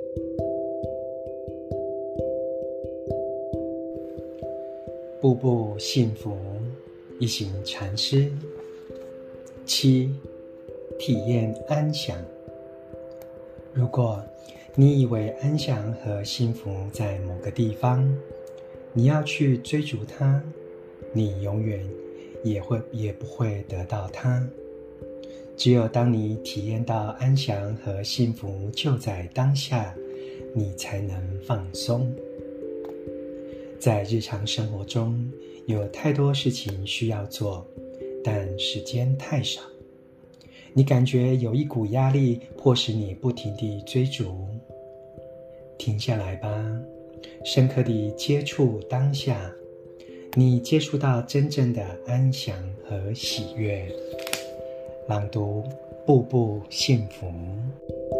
步步幸福，一行禅师。7. 体验安详。如果你以为安详和幸福在某个地方，你要去追逐它，你永远也不会得到它。只有当你体验到安详和幸福就在当下，你才能放松。在日常生活中，有太多事情需要做，但时间太少。你感觉有一股压力迫使你不停地追逐。停下来吧，深刻地接触当下，你接触到真正的安详和喜悦。朗读，步步幸福。